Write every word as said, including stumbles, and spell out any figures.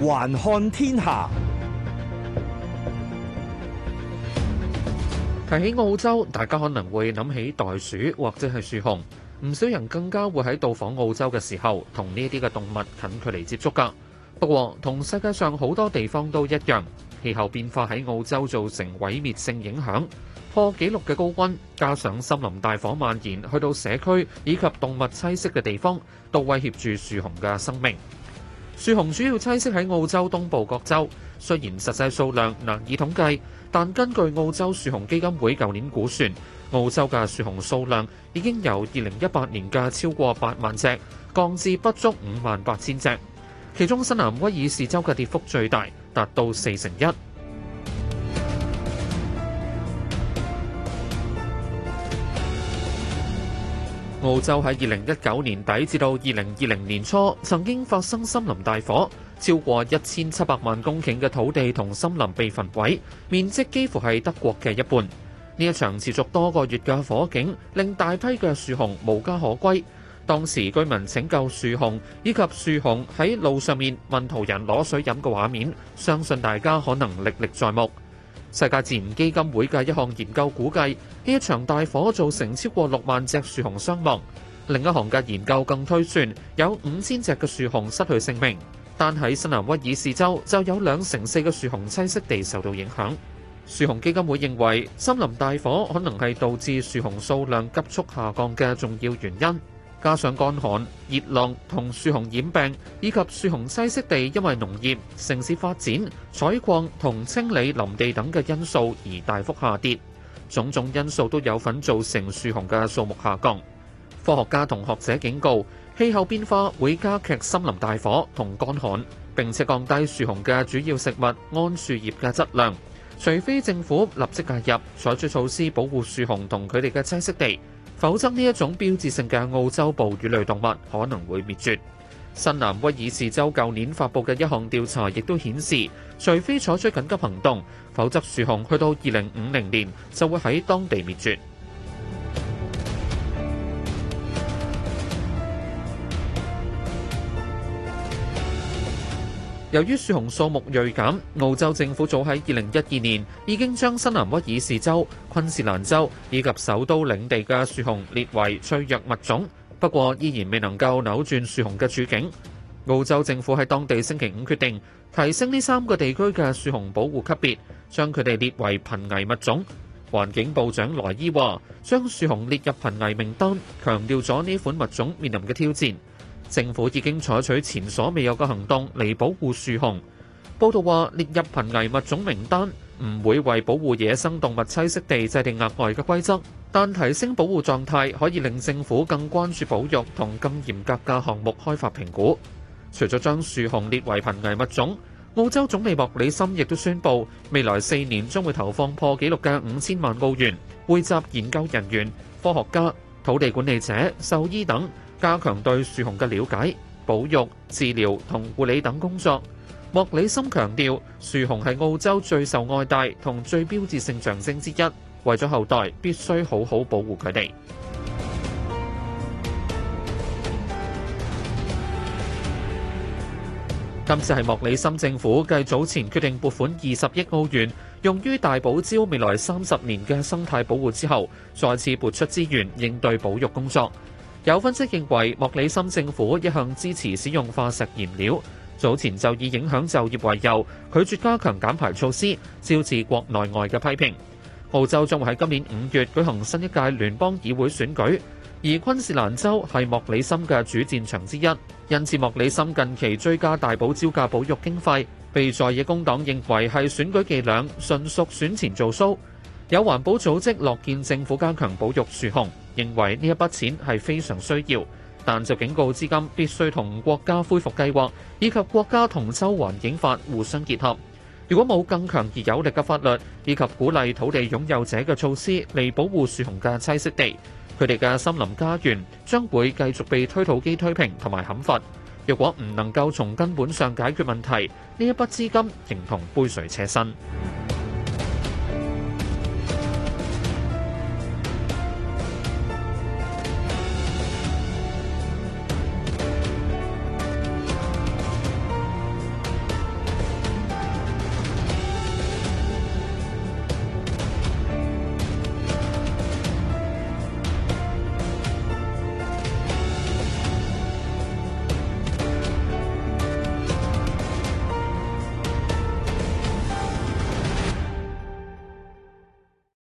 環看天下。 提起澳洲，大家可能會諗起袋鼠或者係樹熊，唔少人更加會喺到訪澳洲嘅時候，同呢啲嘅動物近距離接觸㗎。不過，同世界上好多地方都一樣，氣候變化喺澳洲造成毀滅性影響，破紀錄嘅高溫，加上森林大火蔓延去到社區以及動物棲息嘅地方，都威脅住樹熊嘅生命。樹熊主要棲息喺澳洲東部各州，雖然實際數量難以統計，但根據澳洲樹熊基金會舊年估算，澳洲嘅樹熊數量已經由二零一八年嘅超過八萬隻降至不足五萬八千隻，其中新南威爾士州嘅跌幅最大，達到四成一。澳洲喺二零一九年底至到二零二零年初曾經發生森林大火，超過一千七百萬公頃嘅土地同森林被焚毀，面積幾乎係德國嘅一半。呢一場持續多個月嘅火警令大批嘅樹熊無家可歸。當時居民拯救樹熊以及樹熊喺路上面問途人攞水飲嘅畫面，相信大家可能歷歷在目。世界自然基金會嘅一項研究估計，呢一場大火造成超過六萬隻樹熊傷亡。另一項嘅研究更推算，有五千隻嘅樹熊失去性命。單喺新南威爾士州就有兩成四嘅樹熊棲息地受到影響。樹熊基金會認為，森林大火可能係導致樹熊數量急速下降嘅重要原因。加上乾旱、熱浪同樹熊染病，以及樹熊棲息地因為農業、城市發展、採礦同清理林地等嘅因素而大幅下跌，種種因素都有份造成樹熊嘅數目下降。科學家同學者警告，氣候變化會加劇森林大火同乾旱，並且降低樹熊嘅主要食物桉樹葉嘅質量，除非政府立即介入，採取措施保護樹熊同佢哋嘅棲息地。否則呢一種標誌性嘅澳洲哺乳類動物可能會滅絕。新南威爾士州舊年發布嘅一項調查亦都顯示，除非採取緊急行動，否則樹熊去到二零五零年就會喺當地滅絕。由於樹熊數目銳減，澳洲政府早喺二零一二年已經將新南威爾士州、昆士蘭州以及首都領地嘅樹熊列為脆弱物種，不過依然未能夠扭轉樹熊嘅處境。澳洲政府喺當地星期五決定提升呢三個地區嘅樹熊保護級別，將佢哋列為瀕危物種。環境部長萊伊話，將樹熊列入瀕危名單，強調咗呢款物種面臨嘅挑戰。政府已經採取前所未有嘅行動嚟保護樹熊。報道話，列入瀕危物種名單唔會為保護野生動物棲息地制定額外嘅規則，但提升保護狀態可以令政府更關注保育同更嚴格嘅項目開發評估。除咗將樹熊列為瀕危物種，澳洲總理莫里森亦都宣布，未來四年將會投放破紀錄嘅五千萬澳元，匯集研究人員、科學家、土地管理者、獸醫等，加強對樹熊嘅了解、保育、治療同護理等工作。莫里森強調，樹熊係澳洲最受愛戴同最標誌性象徵之一，為咗後代必須好好保護佢哋。今次係莫里森政府繼早前決定撥款二十億澳元，用於大堡礁未來三十年嘅生態保護之後，再次撥出資源應對保育工作。有分析認為，莫里森政府一向支持使用化石燃料，早前就以影響就業為由，拒絕加強減排措施，招致國內外嘅批評。澳洲將會喺今年五月舉行新一屆聯邦議會選舉，而昆士蘭州係莫里森嘅主戰場之一，因此莫里森近期追加大堡礁嘅保育經費，被在野工黨認為係選舉伎倆，純屬選前做騷。有環保組織樂見政府加強保育樹熊，認為呢一筆錢係非常需要，但就警告資金必須同國家恢復計劃以及國家同州環境法互相結合。如果冇更強而有力嘅法律以及鼓勵土地擁有者嘅措施嚟保護樹熊嘅棲息地，佢哋嘅森林家園將會繼續被推土機推平同埋砍伐。若果唔能夠從根本上解決問題，呢一筆資金形同杯水車薪。